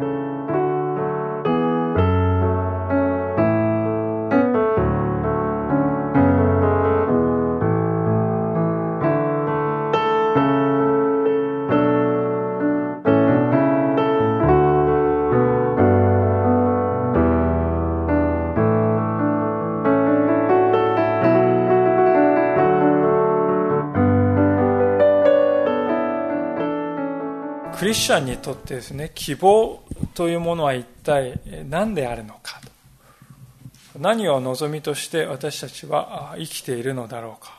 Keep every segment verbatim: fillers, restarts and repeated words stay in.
クリスチャンにとってですね、希望というものは一体何であるのか、何を望みとして私たちは生きているのだろうか。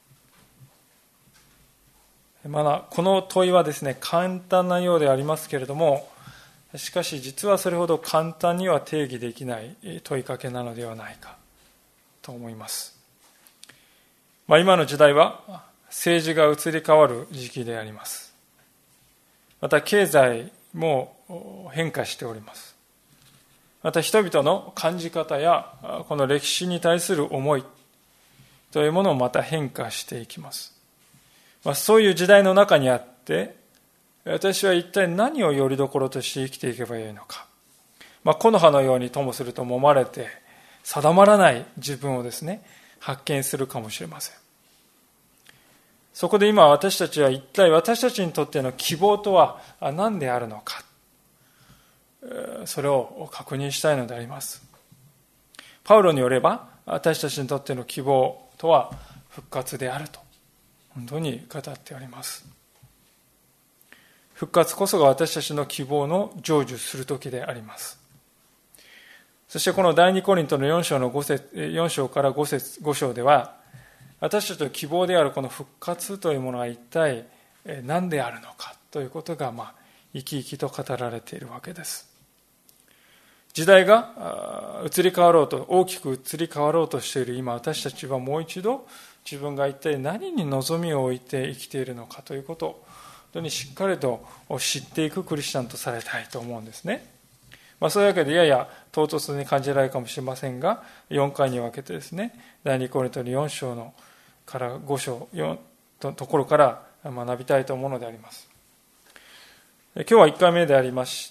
まだこの問いはですね、簡単なようでありますけれども、しかし実はそれほど簡単には定義できない問いかけなのではないかと思います。まあ、今の時代は政治が移り変わる時期であります。また経済も変化しております。また人々の感じ方やこの歴史に対する思いというものもまた変化していきます。まあ、そういう時代の中にあって私は一体何をよりどころとして生きていけばよいのか。まあ、木の葉のようにともすると揉まれて定まらない自分をですね発見するかもしれません。そこで今私たちは一体私たちにとっての希望とは何であるのか、それを確認したいのであります。パウロによれば私たちにとっての希望とは復活であると本当に語っております。復活こそが私たちの希望の成就する時であります。そしてこの第二コリントのよん章のご節、よん章からご節、ご章では私たちの希望であるこの復活というものは一体何であるのかということが、まあ、生き生きと語られているわけです。時代が移り変わろうと、大きく移り変わろうとしている今、私たちはもう一度自分が一体何に望みを置いて生きているのかということを本当にしっかりと知っていくクリスチャンとされたいと思うんですね。まあ、そういうわけでやや唐突に感じられるかもしれませんが、よんかいに分けてですね、第二コリントのよん章のからご章のところから学びたいと思うのであります。今日はいっかいめでありまして、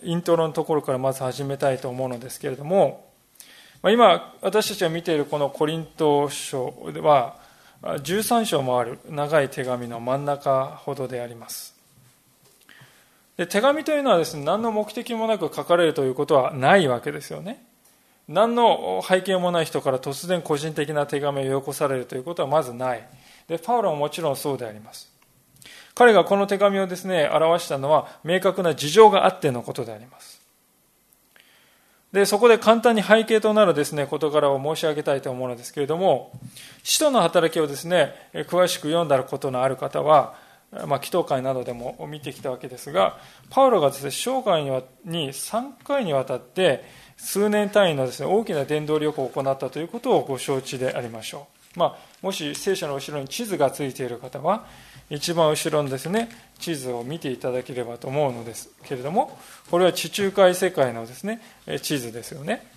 イントロのところからまず始めたいと思うのですけれども、今私たちが見ているこのコリント書ではじゅうさん章もある長い手紙の真ん中ほどであります。で、手紙というのはですね、何の目的もなく書かれるということはないわけですよね。何の背景もない人から突然個人的な手紙をよこされるということはまずない。で、パウロももちろんそうであります。彼がこの手紙をですね、表したのは明確な事情があってのことであります。で、そこで簡単に背景となるですね、事柄を申し上げたいと思うのですけれども、使徒の働きをですね、詳しく読んだことのある方は、まあ、祈祷会などでも見てきたわけですが、パウロがですね、生涯にさんかいにわたって数年単位のですね、大きな伝道旅行を行ったということをご承知でありましょう。まあ、もし聖書の後ろに地図がついている方は、一番後ろのですね、地図を見ていただければと思うのですけれども、これは地中海世界のですね、地図ですよね。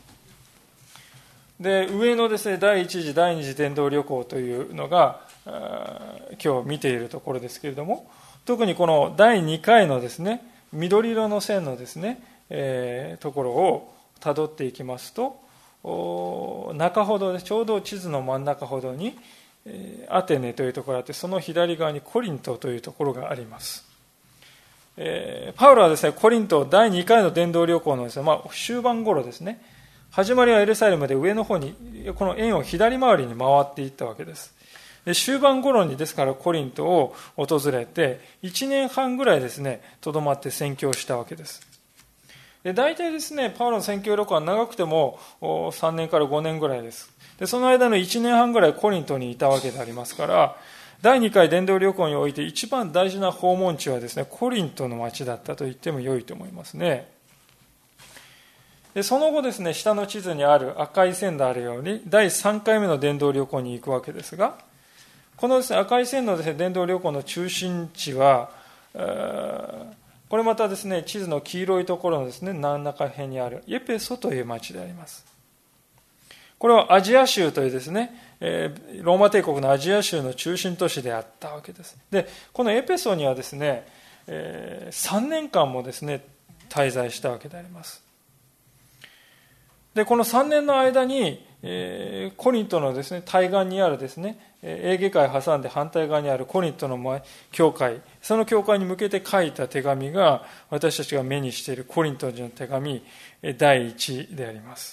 で、上のですね、第一次、第二次伝道旅行というのが、今日見ているところですけれども、特にこのだいにかいのですね、緑色の線のですね、えー、ところをたどっていきますと、中ほどでちょうど地図の真ん中ほどにアテネというところがあって、その左側にコリントというところがあります。えー、パウロはですね、コリントだいにかいの伝道旅行のですね、まあ、終盤頃ですね、始まりはエルサレムで上の方にこの円を左回りに回っていったわけです。で、終盤頃にですからコリントを訪れていちねんはんぐらいですね、とどまって宣教したわけです。で、大体ですね、パウロの宣教旅行は長くてもさんねんからごねんぐらいです。で、その間のいちねんはんぐらいコリントにいたわけでありますから、だいにかい伝道旅行において一番大事な訪問地はですね、コリントの町だったと言っても良いと思いますね。で、その後ですね、下の地図にある赤い線であるようにだいさんかいめの伝道旅行に行くわけですが、このですね、赤い線のですね、伝道旅行の中心地は、これまたですね、地図の黄色いところのですね、真ん中辺にあるエペソという町であります。これはアジア州というですね、ローマ帝国のアジア州の中心都市であったわけです。で、このエペソにはですね、さんねんかんもですね、 滞在したわけであります。で、このさんねんの間に、えー、コリントのですね、対岸にあるですね、エーゲ海挟んで反対側にあるコリントの前教会、その教会に向けて書いた手紙が、私たちが目にしているコリント人の手紙だいいちであります。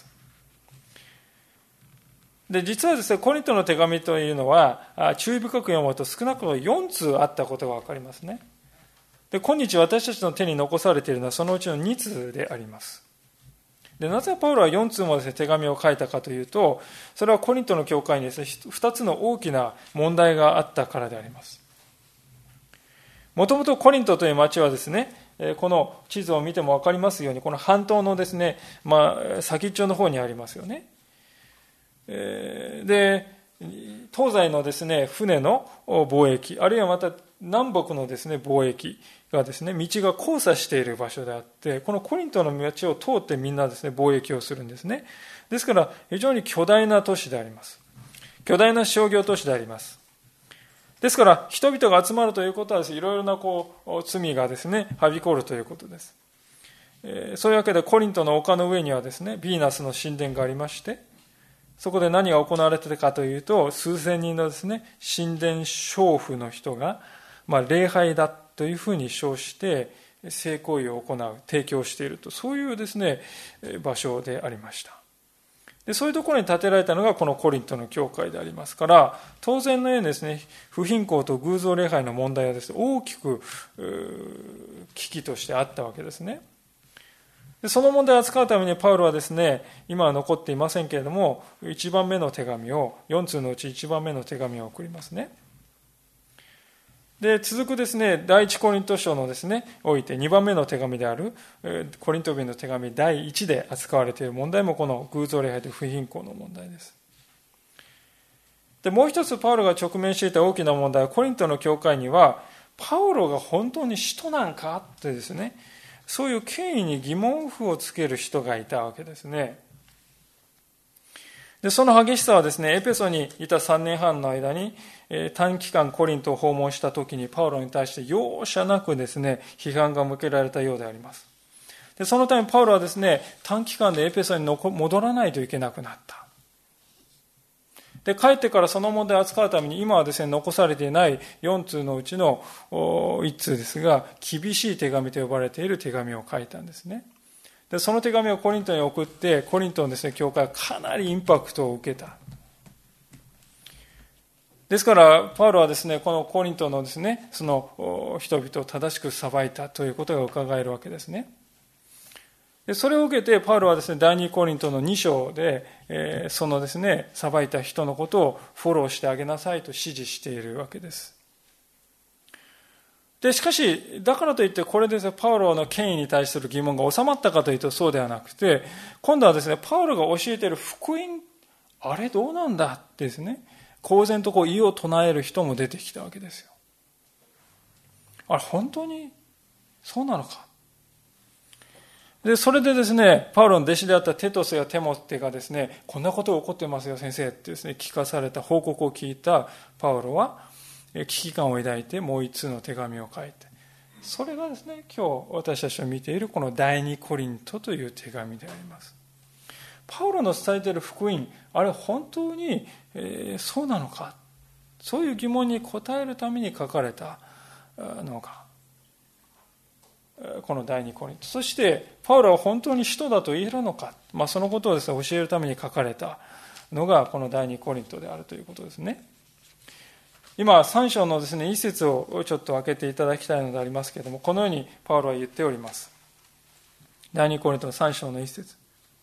で、実はですね、コリントの手紙というのは、注意深く読むと少なくともよんつうあったことがわかりますね。で、今日私たちの手に残されているのはそのうちのにつうであります。で、なぜパウロはよんつうもですね、手紙を書いたかというと、それはコリントの教会にですね、ふたつの大きな問題があったからであります。もともとコリントという町はですね、この地図を見ても分かりますように、この半島のですね、まあ、先っちょの方にありますよね。で、東西のですね、船の貿易、あるいはまた南北のですね、貿易がですね、道が交差している場所であって、このコリントの道を通ってみんなですね、貿易をするんですね。ですから、非常に巨大な都市であります。巨大な商業都市であります。ですから、人々が集まるということはですね、いろいろなこう、罪がですね、はびこるということです。えー、そういうわけで、コリントの丘の上にはですね、ヴィーナスの神殿がありまして、そこで何が行われていたかというと、数千人のですね、神殿娼婦の人が、まあ、礼拝だというふうに称して、性行為を行う、提供していると、そういうですね、場所でありました。で、そういうところに建てられたのがこのコリントの教会でありますから、当然のようにですね、不貧困と偶像礼拝の問題はですね、大きく危機としてあったわけですね。で、その問題を扱うためにパウロはですね、今は残っていませんけれども、いちばんめの手紙を、よんつうのうちいちばんめの手紙を送りますね。で、続くですね、第一コリント書のですね、おいてにばんめの手紙である、コリント人の手紙だいいちで扱われている問題もこの偶像礼拝と不貧困の問題です。で、もう一つパウロが直面していた大きな問題は、コリントの教会には、パウロが本当に使徒なんかってですね、そういう権威に疑問符をつける人がいたわけですね。で、その激しさはですね、エペソにいたさんねんはんの間に、えー、短期間コリントを訪問した時にパウロに対して容赦なくですね、批判が向けられたようであります。で、そのためパウロはですね、短期間でエペソに戻らないといけなくなった。で、帰ってからその問題を扱うために、今はですね、残されていないよんつうのうちのいちつうですが、厳しい手紙と呼ばれている手紙を書いたんですね。で、その手紙をコリントに送って、コリントのですね、教会はかなりインパクトを受けた。ですから、パウロはですね、このコリントのですね、その人々を正しく裁いたということが伺えるわけですね。で、それを受けて、パウロはですね、第二コリントのに章で、えー、そのですね、裁いた人のことをフォローしてあげなさいと指示しているわけです。で、しかし、だからといって、これでですね、パウロの権威に対する疑問が収まったかというと、そうではなくて、今度はですね、パウロが教えている福音、あれどうなんだってですね、公然とこう異を唱える人も出てきたわけですよ。あれ、本当にそうなのか。で、それでですね、パウロの弟子であったテトスやテモテがですね、こんなことが起こってますよ、先生ってですね、聞かされた報告を聞いたパウロは、危機感を抱いてもう一通の手紙を書いて、それがですね、今日私たちが見ているこの第二コリントという手紙であります。パウロの伝えている福音、あれ本当に、えー、そうなのか、そういう疑問に答えるために書かれたのか。この第二コリント。そして、パウロは本当に使徒だと言えるのか。まあ、そのことをですね、教えるために書かれたのが、この第二コリントであるということですね。今、さん章のですね、一節をちょっと開けていただきたいのでありますけれども、このようにパウロは言っております。第二コリントのさん章の一節。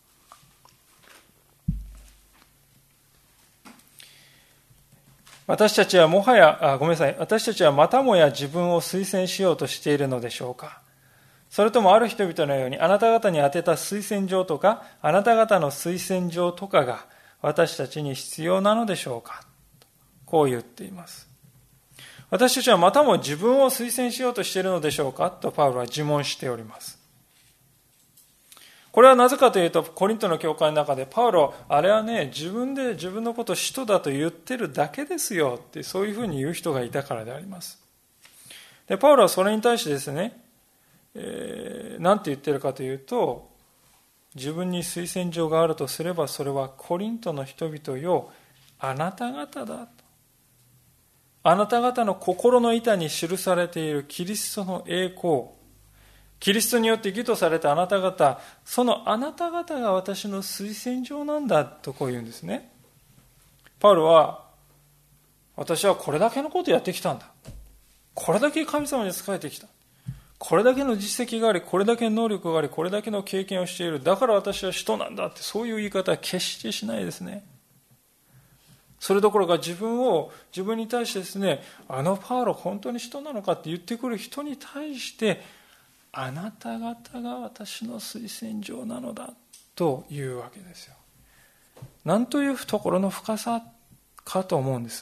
私たちはもはや、あ、ごめんなさい。私たちはまたもや自分を推薦しようとしているのでしょうか。それともある人々のように、あなた方に宛てた推薦状とか、あなた方の推薦状とかが私たちに必要なのでしょうか。こう言っています。私たちはまたも自分を推薦しようとしているのでしょうかとパウロは自問しております。これはなぜかというと、コリントの教会の中でパウロ、あれはね、自分で自分のことを使徒だと言ってるだけですよって、そういうふうに言う人がいたからであります。で、パウロはそれに対してですね、え何て言ってるかというと、自分に推薦状があるとすれば、それはコリントの人々よ、あなた方だと。あなた方の心の板に記されているキリストの栄光、キリストによって義とされたあなた方、そのあなた方が私の推薦状なんだとこう言うんですね。パウロは、私はこれだけのことをやってきたんだ。これだけ神様に仕えてきた。これだけの実績があり、これだけの能力があり、これだけの経験をしている。だから私は使徒なんだって、そういう言い方は決してしないですね。それどころか自分を、自分に対してですね、あのパウロ本当に使徒なのかって言ってくる人に対して、あなた方が私の推薦状なのだというわけですよ。なんという懐の深さかと思うんです。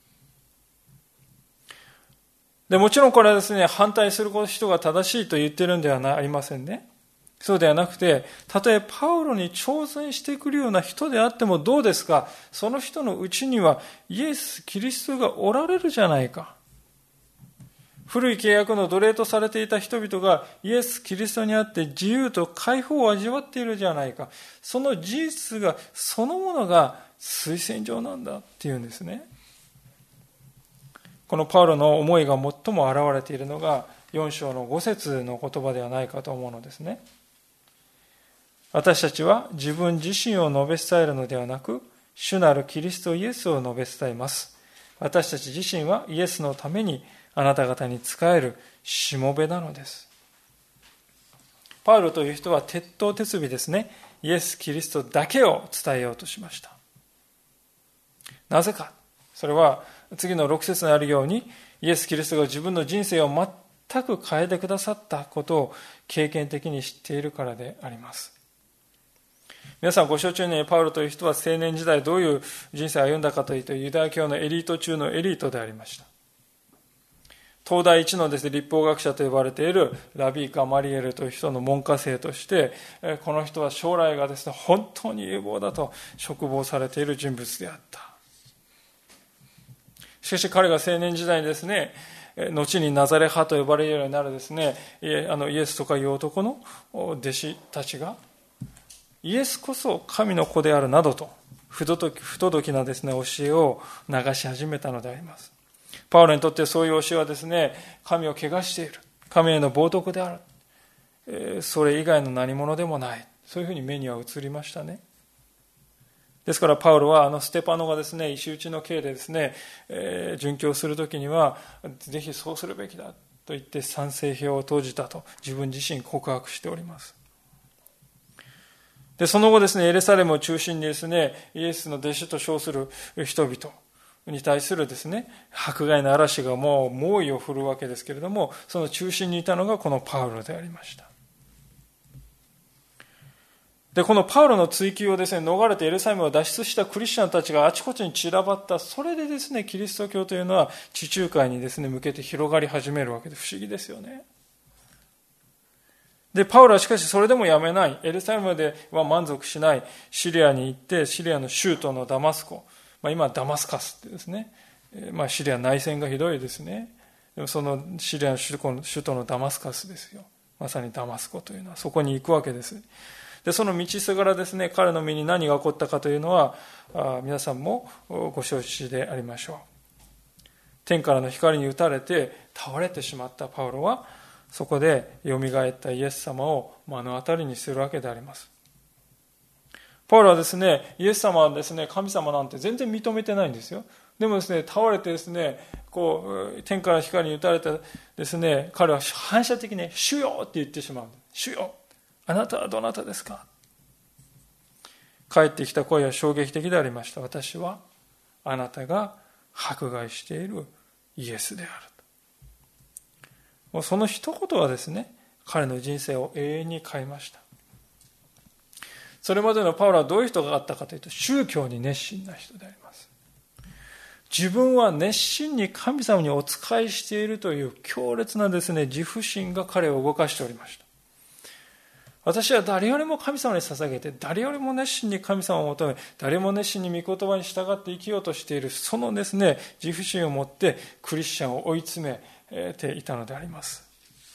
でもちろんこれはですね、反対する人が正しいと言ってるんではありませんね。そうではなくて、たとえパウロに挑戦してくるような人であってもどうですか、その人のうちにはイエス・キリストがおられるじゃないか。古い契約の奴隷とされていた人々がイエス・キリストにあって自由と解放を味わっているじゃないか。その事実がそのものが推薦状なんだっていうんですね。このパウロの思いが最も表れているのがよん章のご節の言葉ではないかと思うのですね。私たちは自分自身を述べ伝えるのではなく、主なるキリストイエスを述べ伝えます。私たち自身はイエスのためにあなた方に仕えるしもべなのです。パウロという人は鉄頭鉄尾ですね、イエス・キリストだけを伝えようとしました。なぜか、それは次のろく節にあるように、イエス・キリストが自分の人生を全く変えてくださったことを経験的に知っているからであります。皆さんご承知のように、パウロという人は青年時代どういう人生を歩んだかというと、ユダヤ教のエリート中のエリートでありました。東大一のですね、立法学者と呼ばれているラビー・ガマリエルという人の門下生として、この人は将来がですね、本当に有望だと嘱望されている人物であった。しかし彼が青年時代にですね、後にナザレ派と呼ばれるようになるですね、あのイエスとかいう男の弟子たちが、イエスこそ神の子であるなどと不届きなですね、教えを流し始めたのであります。パウロにとってそういう教えはですね、神を汚している、神への冒涜である、それ以外の何者でもない、そういうふうに目には映りましたね。ですからパウロはあのステパノがですね、石打ちの刑でですね、えー、殉教するときにはぜひそうするべきだと言って賛成票を投じたと自分自身告白しております。でその後ですね、エルサレムを中心にですね、イエスの弟子と称する人々に対するですね、迫害の嵐がもう猛威を振るうわけですけれども、その中心にいたのがこのパウロでありました。でこのパウロの追及をですね、逃れてエルサレムを脱出したクリスチャンたちがあちこちに散らばった。それでですね、キリスト教というのは地中海にですね向けて広がり始めるわけで、不思議ですよね。でパウロはしかしそれでもやめない。エルサレムでは満足しない。シリアに行って、シリアの州都のダマスコ、まあ、今ダマスカスってですね、まあ、シリア内戦がひどいですね。でもそのシリアの首都のダマスカスですよ。まさにダマスコというのはそこに行くわけです。でその道すがらですね、彼の身に何が起こったかというのは、あ皆さんもご承知でありましょう。天からの光に打たれて倒れてしまったパウロは、そこでよみがえったイエス様を目の当たりにするわけであります。パウロはですね、イエス様はですね、神様なんて全然認めてないんですよ。でもですね、倒れてですね、こう天から光に打たれたですね、彼は反射的に主よって言ってしまう。主よ、あなたはどなたですか。帰ってきた声は衝撃的でありました。私はあなたが迫害しているイエスである。もうその一言はですね、彼の人生を永遠に変えました。それまでのパウロはどういう人があったかというと、宗教に熱心な人であります。自分は熱心に神様にお仕えしているという強烈なですね、自負心が彼を動かしておりました。私は誰よりも神様に捧げて、誰よりも熱心に神様を求め、誰も熱心に御言葉に従って生きようとしている、そのですね、自負心を持ってクリスチャンを追い詰めていたのであります。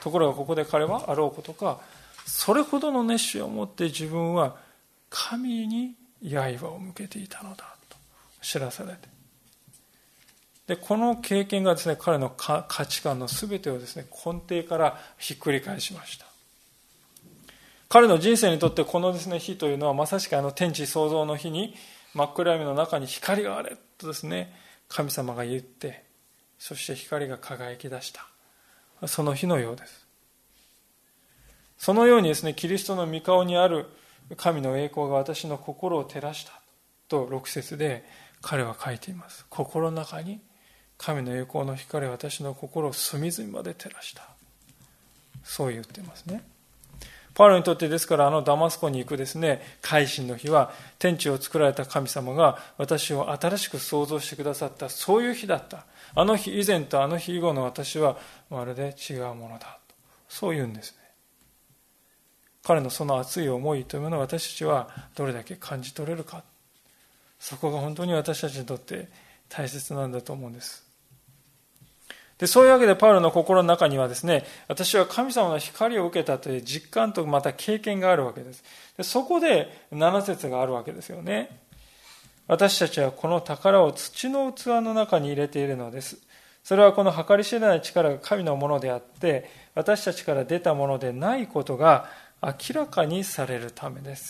ところがここで彼はあろうことか、それほどの熱心を持って自分は神に刃を向けていたのだと知らされて、でこの経験がですね、彼の価値観の全てをですね、根底からひっくり返しました。彼の人生にとってこのですね、日というのはまさしくあの天地創造の日に真っ暗闇の中に光があれとですね、神様が言って、そして光が輝き出した、その日のようです。そのようにですね、キリストの御顔にある神の栄光が私の心を照らしたとろく節で彼は書いています。心の中に神の栄光の光は私の心を隅々まで照らした、そう言っていますね。パウロにとってですから、あのダマスコに行くですね、改心の日は天地を作られた神様が私を新しく創造してくださった、そういう日だった。あの日以前とあの日以後の私はまるで違うものだ、そう言うんですね。彼のその熱い思いというものを私たちはどれだけ感じ取れるか、そこが本当に私たちにとって大切なんだと思うんです。でそういうわけでパウロの心の中にはですね、私は神様の光を受けたという実感とまた経験があるわけです。でそこでなな節があるわけですよね。私たちはこの宝を土の器の中に入れているのです。それはこの計り知れない力が神のものであって、私たちから出たものでないことが明らかにされるためです。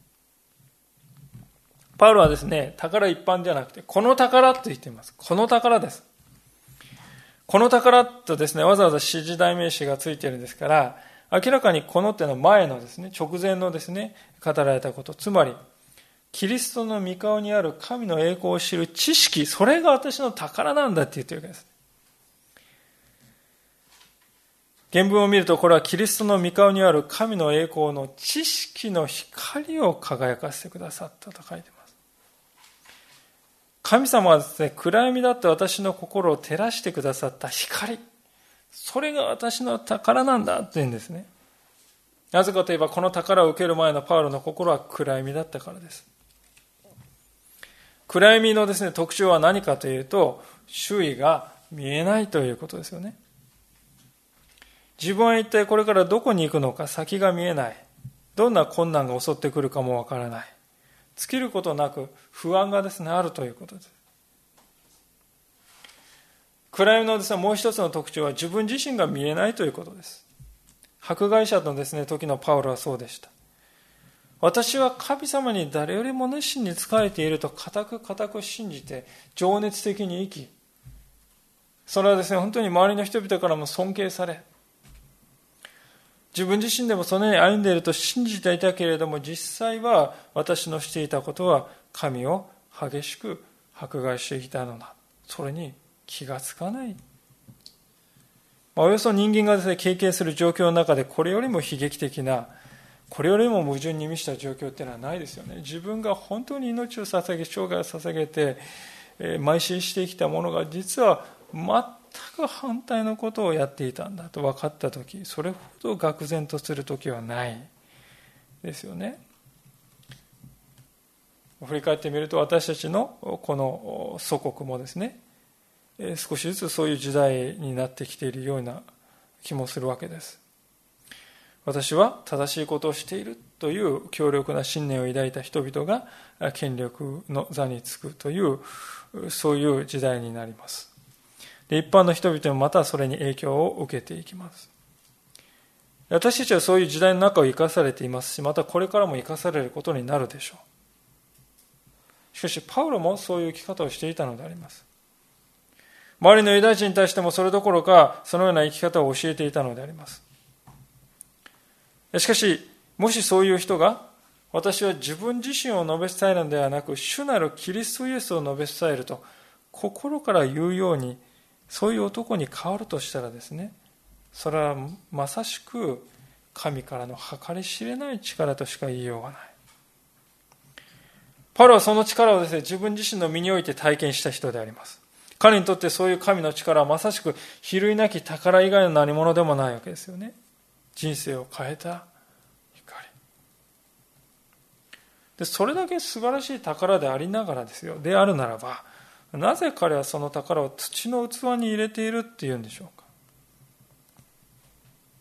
パウロはですね、宝一般じゃなくて、この宝と言っています。この宝です。この宝とですね、わざわざ指示代名詞がついているんですから、明らかにこのっていうのは前のですね、直前のですね、語られたこと、つまり、キリストの御顔にある神の栄光を知る知識、それが私の宝なんだって言ってるわけです。原文を見ると、これはキリストの御顔にある神の栄光の知識の光を輝かせてくださったと書いています。神様はですね、暗闇だって私の心を照らしてくださった光、それが私の宝なんだって言うんですね。なぜかといえば、この宝を受ける前のパウロの心は暗闇だったからです。暗闇のですね、特徴は何かというと、周囲が見えないということですよね。自分は一体これからどこに行くのか先が見えない。どんな困難が襲ってくるかもわからない。尽きることなく不安がですね、あるということです。暗闇のですね、もう一つの特徴は自分自身が見えないということです。迫害者のですね、時のパウロはそうでした。私は神様に誰よりも熱心に仕えていると固く固く信じて情熱的に生き、それはですね、本当に周りの人々からも尊敬され、自分自身でもそのように歩んでいると信じていたけれども、実際は私のしていたことは神を激しく迫害してきたのだ、それに気がつかない。およそ人間がですね、経験する状況の中でこれよりも悲劇的な、これよりも矛盾に満ちた状況っていうのはないですよね。自分が本当に命を捧げ、生涯を捧げて、えー、邁進してきたものが実は全く反対のことをやっていたんだと分かったとき、それほど愕然とするときはないですよね。振り返ってみると、私たちのこの祖国もですね、少しずつそういう時代になってきているような気もするわけです。私は正しいことをしているという強力な信念を抱いた人々が権力の座につくという、そういう時代になります。で、一般の人々もまたそれに影響を受けていきます。私たちはそういう時代の中を生かされていますし、またこれからも生かされることになるでしょう。しかしパウロもそういう生き方をしていたのであります。周りのユダヤ人に対してもそれどころか、そのような生き方を教えていたのであります。しかし、もしそういう人が、私は自分自身を述べ伝えるのではなく、主なるキリストイエスを述べ伝えると、心から言うように、そういう男に変わるとしたらですね、それはまさしく神からの計り知れない力としか言いようがない。パウロはその力をですね、自分自身の身において体験した人であります。彼にとってそういう神の力はまさしく比類なき宝以外の何者でもないわけですよね。人生を変えた光で、それだけ素晴らしい宝でありながらですよ、であるならば、なぜ彼はその宝を土の器に入れているっていうんでしょうか。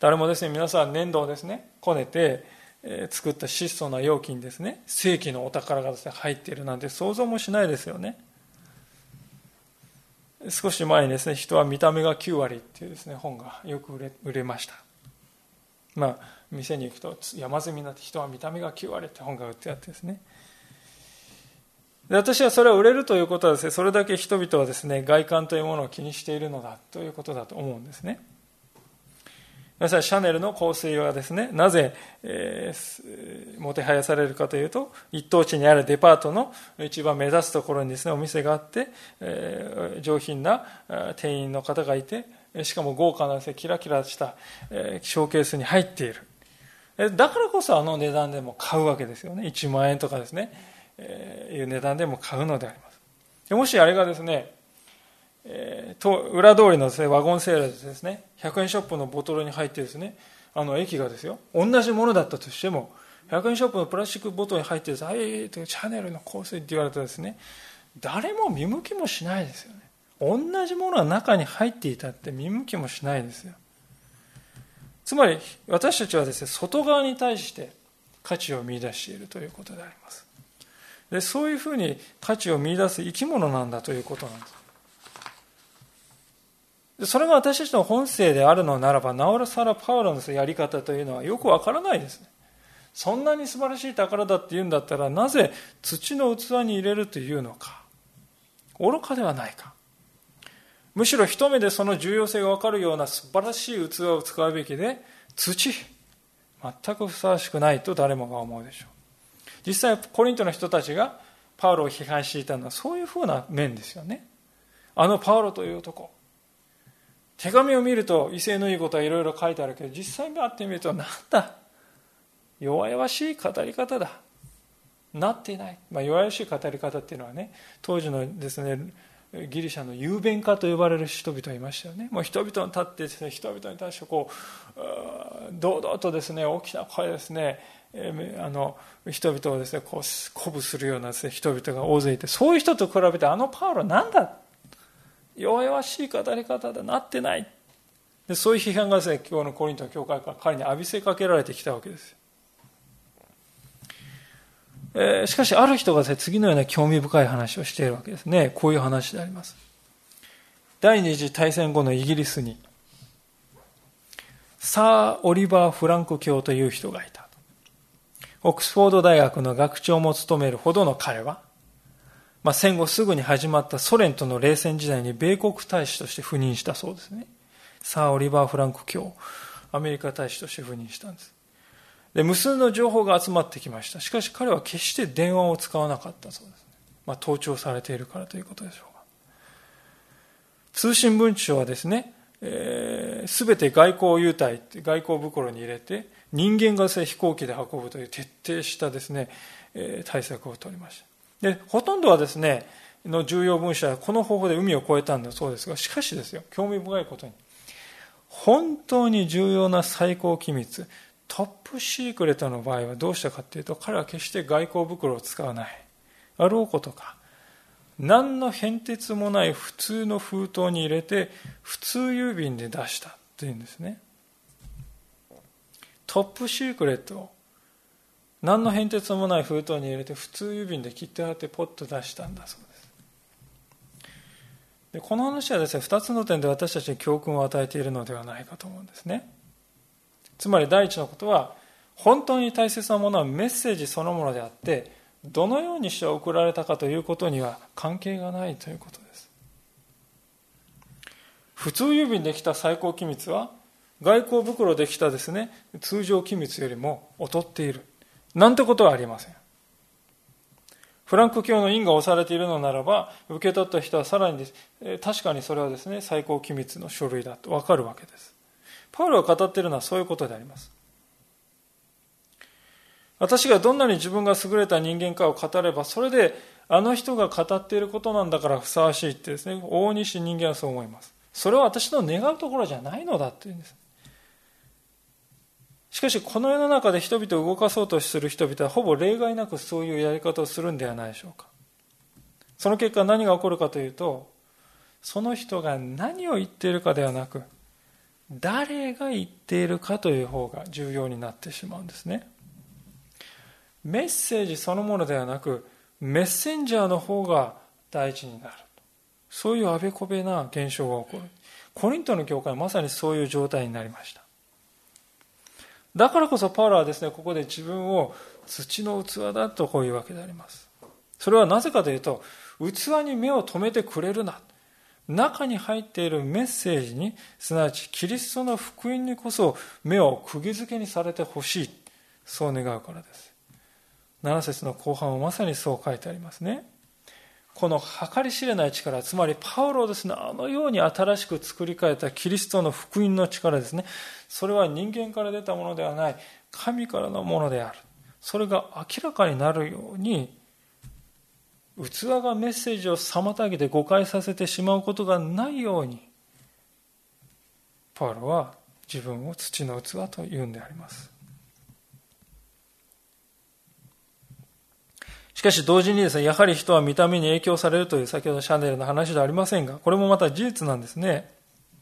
誰もですね、皆さん粘土をですね、こねて、えー、作った質素な容器にですね、世紀のお宝がですね、入っているなんて想像もしないですよね。少し前にですね、人は見た目がきゅうわりっていうですね、本がよく売れ、売れました。まあ、店に行くと山積みになって人は見た目がきゅうわりって本が売ってあってですね。で、私はそれを売れるということはですね、それだけ人々はですね、外観というものを気にしているのだということだと思うんですね。皆さん、シャネルの香水はですね、なぜ、えー、もてはやされるかというと、一等地にあるデパートの一番目立つところにですね、お店があって、えー、上品な店員の方がいて、しかも豪華なですね、キラキラした、えー、ショーケースに入っている。だからこそあの値段でも買うわけですよね。いちまんえんとかですね、えー、いう値段でも買うのであります。でもしあれがですね、えー、と裏通りのですね、ワゴンセールでですね、ひゃくえんショップのボトルに入ってですね、あの液がですよ、同じものだったとしても、ひゃくえんショップのプラスチックボトルに入ってです、はい、シャネルの香水って言われたらですね、誰も見向きもしないですよね。同じものが中に入っていたって見向きもしないですよ。つまり私たちはですね、外側に対して価値を見出しているということであります。で、そういうふうに価値を見出す生き物なんだということなんです。で、それが私たちの本性であるのならば、なおさらパウロのやり方というのはよくわからないですね。そんなに素晴らしい宝だって言うんだったら、なぜ土の器に入れるというのか。愚かではないか。むしろ一目でその重要性がわかるような素晴らしい器を使うべきで、土、全くふさわしくないと誰もが思うでしょう。実際コリントの人たちがパウロを批判していたのはそういうふうな面ですよね。あのパウロという男、手紙を見ると威勢のいいことはいろいろ書いてあるけど、実際に会ってみるとなんだ、弱々しい語り方だ、なっていない。まあ、弱々しい語り方っていうのはね、当時のですね、ギリシャの雄弁家と呼ばれる人々がいましたよね。もう人々に立ってですね、人々に対してこう堂々とですね、大きな声ですね、えー、あの人々をですね、こう鼓舞するようなですね、人々が大勢いて、そういう人と比べてあのパウロなんだ、弱々しい語り方だ、なってない。で、そういう批判がですね、今日のコリントの教会から彼に浴びせかけられてきたわけです。えー、しかしある人がですね、次のような興味深い話をしているわけですね。こういう話であります。第二次大戦後のイギリスにサー・オリバー・フランク教という人がいた。オックスフォード大学の学長も務めるほどの彼は、まあ、戦後すぐに始まったソ連との冷戦時代に米国大使として赴任したそうですね。サー・オリバー・フランク教、アメリカ大使として赴任したんです。で、無数の情報が集まってきました。しかし彼は決して電話を使わなかったそうです。まあ、盗聴されているからということでしょうか。通信文書はですね、すべ、えー、て外交優待、外交袋に入れて、人間が飛行機で運ぶという徹底したですね、えー、対策を取りました。で、ほとんどはですね、の重要文書はこの方法で海を越えたんだそうですが、しかしですよ、興味深いことに、本当に重要な最高機密、トップシークレットの場合はどうしたかというと、彼は決して外交袋を使わない。あろうことか、何の変哲もない普通の封筒に入れて、普通郵便で出したというんですね。トップシークレットを何の変哲もない封筒に入れて、普通郵便で切って貼ってポッと出したんだそうです。で、この話はですね、二つの点で私たちに教訓を与えているのではないかと思うんですね。つまり第一のことは、本当に大切なものはメッセージそのものであって、どのようにして送られたかということには関係がないということです。普通郵便できた最高機密は、外交袋できたですね、通常機密よりも劣っている。なんてことはありません。フランク教の印が押されているのならば、受け取った人はさらにです、確かにそれはですね、最高機密の書類だと分かるわけです。パウロが語っているのはそういうことであります。私がどんなに自分が優れた人間かを語れば、それであの人が語っていることなんだからふさわしいってですね、往々にして人間はそう思います。それは私の願うところじゃないのだっていうんです。しかしこの世の中で人々を動かそうとする人々はほぼ例外なくそういうやり方をするんではないでしょうか。その結果何が起こるかというと、その人が何を言っているかではなく、 誰が言っているかという方が重要になってしまうんですね。メッセージそのものではなく、メッセンジャーの方が大事になる。そういうあべこべな現象が起こる。コリントの教会はまさにそういう状態になりました。だからこそパウロはですね、ここで自分を土の器だとこういうわけであります。それはなぜかというと、器に目を留めてくれるな。中に入っているメッセージに、すなわちキリストの福音にこそ目を釘付けにされてほしい。そう願うからです。なな節の後半はまさにそう書いてありますね。この計り知れない力、つまりパウロをですね、あのように新しく作り変えたキリストの福音の力ですね。それは人間から出たものではない、神からのものである。それが明らかになるように、器がメッセージを妨げて誤解させてしまうことがないように、パウロは自分を土の器と言うんであります。しかし同時にですね、やはり人は見た目に影響されるという先ほどシャネルの話ではありませんが、これもまた事実なんですね。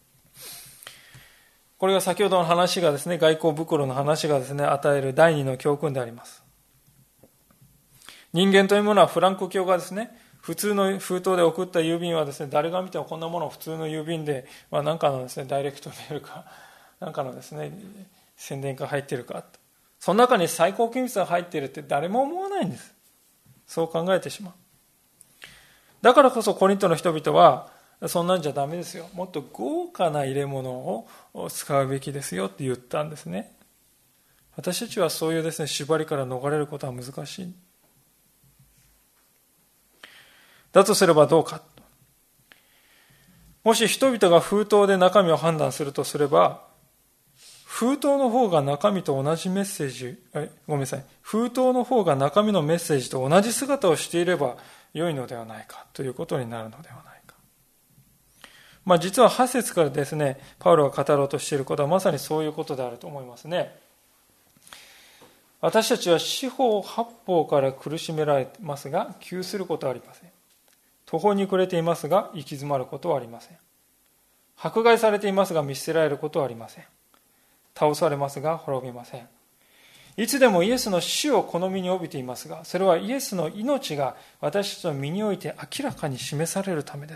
これが先ほどの話がですね、外交袋の話がですね、与える第二の教訓であります。人間というものはフランコ教がですね、普通の封筒で送った郵便はですね、誰が見てもこんなものを普通の郵便で、まあ、なんかのですね、ダイレクトメールか、なんかのですね、宣伝が入っているか、その中に最高機密が入っているって誰も思わないんです。そう考えてしまう。だからこそコリントの人々は、そんなんじゃダメですよ。もっと豪華な入れ物を使うべきですよって言ったんですね。私たちはそういうですね、縛りから逃れることは難しい。だとすればどうか。もし人々が封筒で中身を判断するとすれば、封筒の方が中身と同じメッセージ、ごめんなさい。封筒の方が中身のメッセージと同じ姿をしていれば良いのではないかということになるのではないか。まあ実ははち節からですね、パウロが語ろうとしていることはまさにそういうことであると思いますね。私たちは四方八方から苦しめられますが、窮することはありません。途方に暮れていますが、行き詰まることはありません。迫害されていますが、見捨てられることはありません。倒されますが滅びません。いつでもイエスの死を好みに帯びていますが、それはイエスの命が私たちの身において明らかに示されるためです。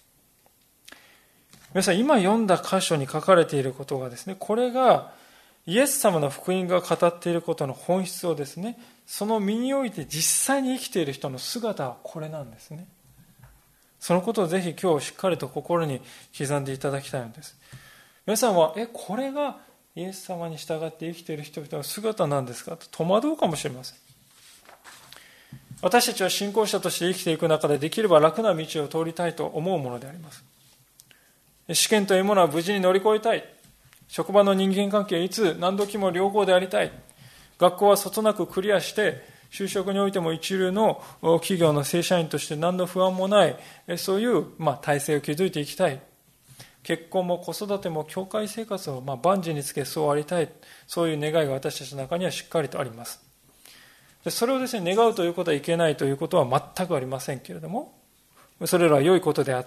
皆さん、今読んだ箇所に書かれていることがですね、これがイエス様の福音が語っていることの本質をですね、その身において実際に生きている人の姿はこれなんですね。そのことをぜひ今日しっかりと心に刻んでいただきたいのです。皆さんは、え、これがイエス様に従って生きている人々の姿なんですかと戸惑うかもしれません。私たちは信仰者として生きていく中でできれば楽な道を通りたいと思うものであります。試験というものは無事に乗り越えたい。職場の人間関係いつ何時も良好でありたい。学校はそつなくクリアして就職においても一流の企業の正社員として何の不安もない、そういう、まあ、体制を築いていきたい。結婚も子育ても教会生活を、まあ、万事につけそうありたい。そういう願いが私たちの中にはしっかりとあります。でそれをですね、願うということはいけないということは全くありませんけれども、それらは良いことであって、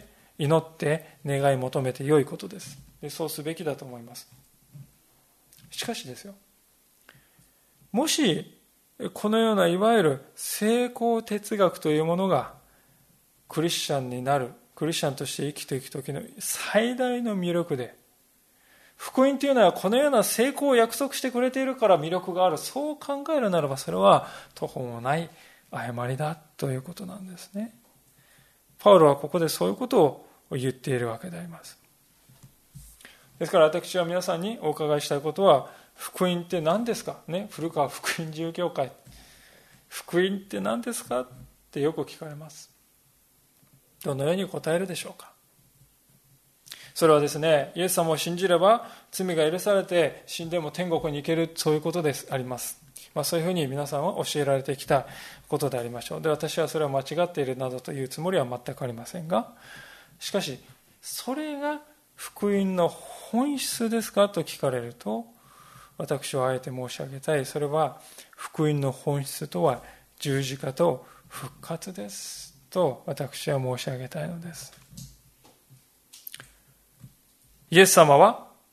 祈って願い求めて良いことです。でそうすべきだと思います。しかしですよ、もしこのようないわゆる成功哲学というものがクリスチャンになる、クリスチャンとして生きていくときの最大の魅力で、福音というのはこのような成功を約束してくれているから魅力がある、そう考えるならばそれは途方もない誤りだということなんですね。パウロはここでそういうことを言っているわけであります。ですから私は皆さんにお伺いしたいことは、福音って何ですかね、古川福音自由教会、福音って何ですかってよく聞かれます。どのように答えるでしょうか。それはですね、イエス様を信じれば罪が許されて死んでも天国に行ける、そういうことであります。まあ、そういうふうに皆さんは教えられてきたことでありましょう。で、私はそれは間違っているなどというつもりは全くありませんが、しかしそれが福音の本質ですかと聞かれると、私はあえて申し上げたい。それは福音の本質とは十字架と復活ですと私は申し上げたいのです。イエス様は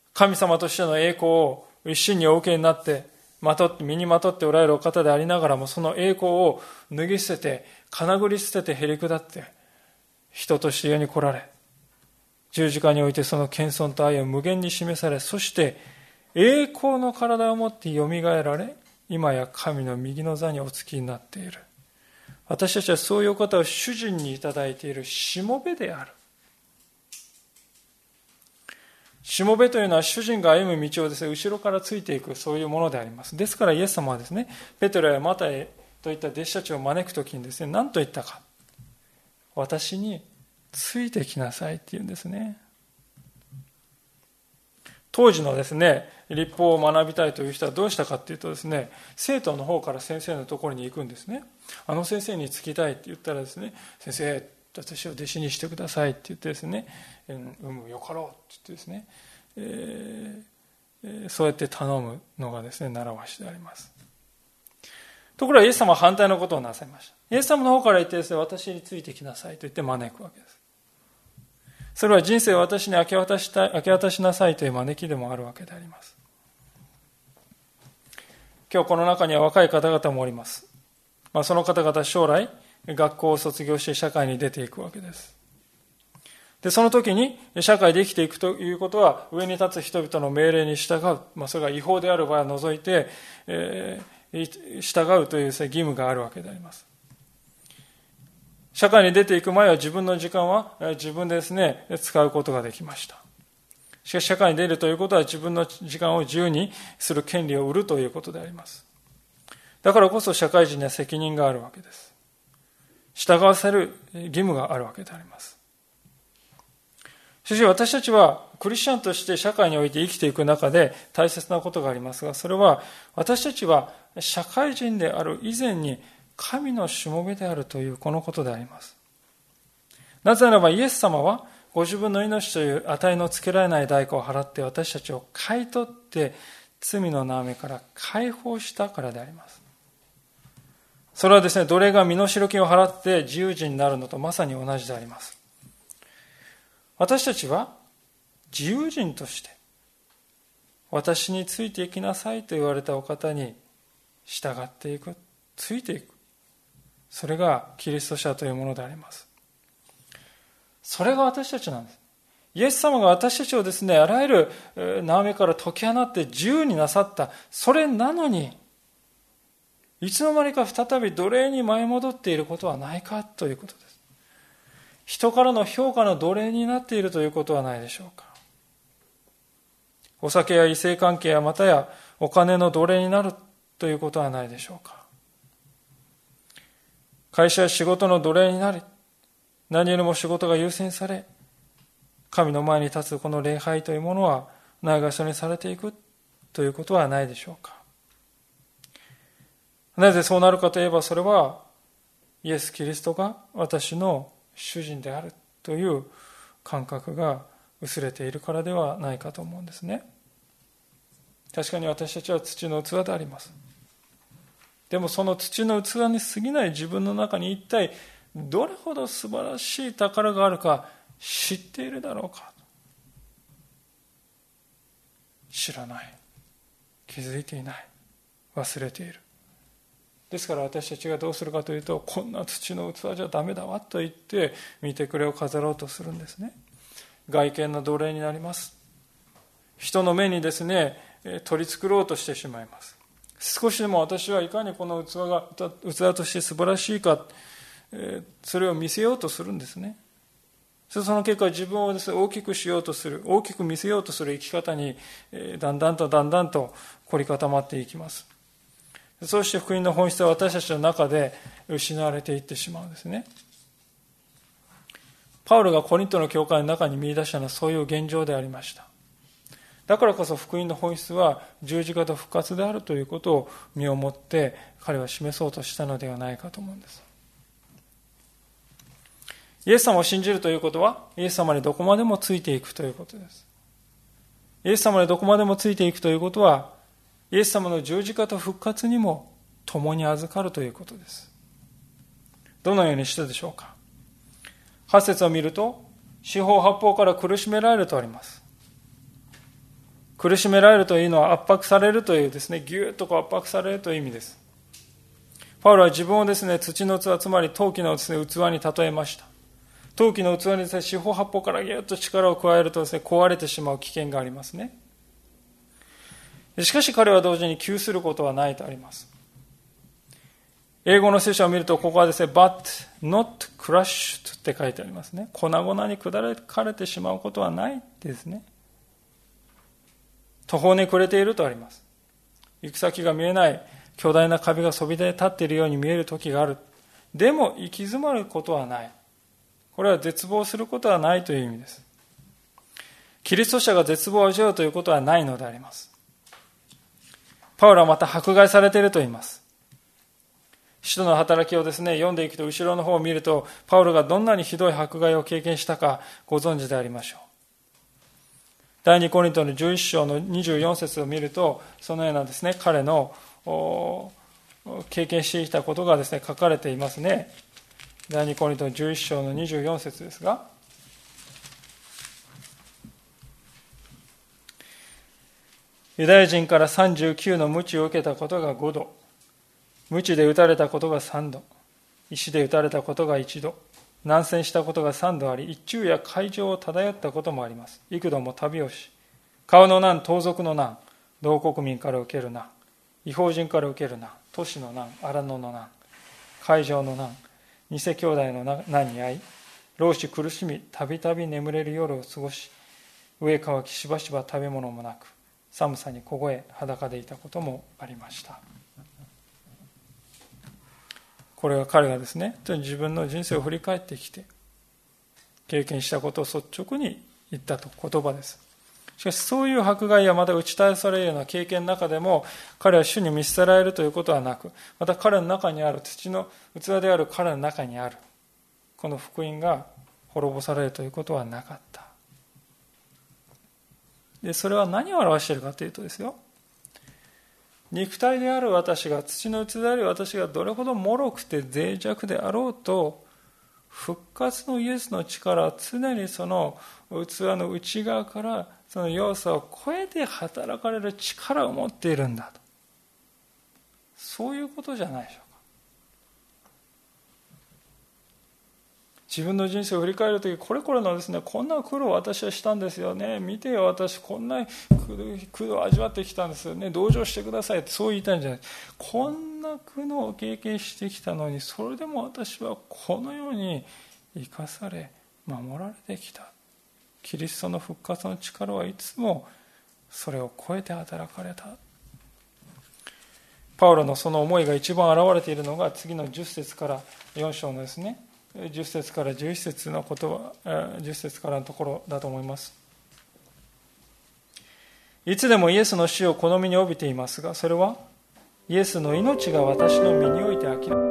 神様としての栄光を一身にお受けになって、まとって身にまとっておられるお方でありながらも、その栄光を脱ぎ捨てて、かなぐり捨ててへり下って、人として世に来られ、十字架においてその謙遜と愛を無限に示され、そして栄光の体を持ってよみがえられ、今や神の右の座におつきになっている。私たちはそういう方を主人にいただいているしもべである。しもべというのは主人が歩む道をですね、後ろからついていく、そういうものであります。ですからイエス様はですね、ペテロやマタイといった弟子たちを招くときにですね、何と言ったか。私についてきなさいって言うんですね。当時のですね、律法を学びたいという人はどうしたかっていうとですね、生徒の方から先生のところに行くんですね。あの先生につきたいって言ったらですね、先生、私を弟子にしてくださいって言ってですね、うん、よかろうって言ってですね、えー、そうやって頼むのがですね、習わしであります。ところがイエス様は反対のことをなさいました。イエス様の方から言ってですね、私についてきなさいと言って招くわけです。それは人生を私に明け渡したい、明け渡しなさいという招きでもあるわけであります。今日この中には若い方々もおります。まあ、その方々将来学校を卒業して社会に出ていくわけです。で、その時に社会で生きていくということは上に立つ人々の命令に従う、まあ、それが違法である場合は除いて、えー、従うという義務があるわけであります。社会に出ていく前は自分の時間は自分でですね、使うことができました。しかし社会に出るということは自分の時間を自由にする権利を売るということであります。だからこそ社会人には責任があるわけです。従わせる義務があるわけであります。しかし私たちはクリスチャンとして社会において生きていく中で大切なことがありますが、それは私たちは社会人である以前に神のしもべであるというこのことであります。なぜならばイエス様はご自分の命という値のつけられない代価を払って私たちを買い取って罪の縄目から解放したからであります。それはですね、奴隷が身代金を払って自由人になるのとまさに同じであります。私たちは自由人として私についていきなさいと言われたお方に従っていく、ついていく。それがキリスト者というものであります。それが私たちなんです。イエス様が私たちをですね、あらゆる縄目から解き放って自由になさった。それなのに、いつの間にか再び奴隷に舞い戻っていることはないかということです。人からの評価の奴隷になっているということはないでしょうか。お酒や異性関係やまたやお金の奴隷になるということはないでしょうか。会社や仕事の奴隷になり、何よりも仕事が優先され、神の前に立つこの礼拝というものはないがしろにされていくということはないでしょうか。なぜそうなるかといえば、それはイエス・キリストが私の主人であるという感覚が薄れているからではないかと思うんですね。確かに私たちは土の器であります。でもその土の器に過ぎない自分の中に一体どれほど素晴らしい宝があるか知っているだろうか。知らない。気づいていない。忘れている。ですから私たちがどうするかというと、こんな土の器じゃダメだわと言って見てくれを飾ろうとするんですね。外見の奴隷になります。人の目にですね、取り繕ろうとしてしまいます。少しでも私はいかにこの器が器として素晴らしいか、それを見せようとするんですね。その結果自分をですね、大きくしようとする、大きく見せようとする生き方にだんだんとだんだんと凝り固まっていきます。そして福音の本質は私たちの中で失われていってしまうんですね。パウロがコリントの教会の中に見出したのはそういう現状でありました。だからこそ福音の本質は十字架と復活であるということを身をもって彼は示そうとしたのではないかと思うんです。イエス様を信じるということはイエス様にどこまでもついていくということです。イエス様にどこまでもついていくということはイエス様の十字架と復活にも共に預かるということです。どのようにしてでしょうか。はち節を見ると四方八方から苦しめられるとあります。 苦しめられるというのは圧迫されるというですね、ぎゅっとこう圧迫されるという意味です。パウロは自分をですね、土の器、つまり陶器のですね、器に例えました。陶器の器にですね、四方八方からぎゅっと力を加えるとですね、壊れてしまう危険がありますね。しかし彼は同時に窮することはないとあります。英語の聖書を見ると、ここはですね、but not crushed って書いてありますね。粉々に砕かれてしまうことはないですね。途方に暮れているとあります。行く先が見えない巨大な壁がそびえ立っているように見える時がある。でも行き詰まることはない。これは絶望することはないという意味です。キリスト者が絶望を味わうということはないのであります。パウロはまた迫害されていると言います。使徒の働きをですね、読んでいくと後ろの方を見ると、パウロがどんなにひどい迫害を経験したかご存知でありましょう。第二コリントのじゅういっ章のにじゅうよん節を見ると、そのようなですね、彼の経験してきたことがですね、書かれていますね。第二コリントのじゅういっ章のにじゅうよん節ですが、ユダヤ人からさんじゅうきゅうの鞭を受けたことがごど、鞭で打たれたことがさんど、石で打たれたことがいちど、難戦したことがさんどあり、一昼夜海上を漂ったこともあります。幾度も旅をし、顔の難、盗賊の難、同国民から受ける難、異邦人から受ける難、都市の難、荒野の難、海上の難、偽兄弟の難に遭い、老死苦しみ、たびたび眠れる夜を過ごし、飢え渇きしばしば食べ物もなく、寒さに凍え裸でいたこともありました。これは彼がですね、自分の人生を振り返ってきて経験したことを率直に言ったと言葉です。しかしそういう迫害やまた打ち返されるような経験の中でも、彼は主に見捨てられるということはなく、また彼の中にある、土の器である彼の中にあるこの福音が滅ぼされるということはなかった。でそれは何を表しているかというとですよ、肉体である私が、土の器である私がどれほど脆くて脆弱であろうと、復活のイエスの力は常にその器の内側からその要素を超えて働かれる力を持っているんだと、そういうことじゃないでしょうか。自分の人生を振り返るとき、これこれのですね、こんな苦労を私はしたんですよね。見てよ、私こんな苦労を味わってきたんですよね。同情してくださいってそう言いたいんじゃない。こんな苦悩を経験してきたのに、それでも私はこのように生かされ、守られてきた。キリストの復活の力はいつもそれを超えて働かれた。パウロのその思いが一番現れているのが次のじゅっ節からよん章のですね、じゅっ節からじゅういち節の言葉、じゅっ節からのところだと思います。いつでもイエスの死を好みに帯びていますが、それはイエスの命が私の身において明らか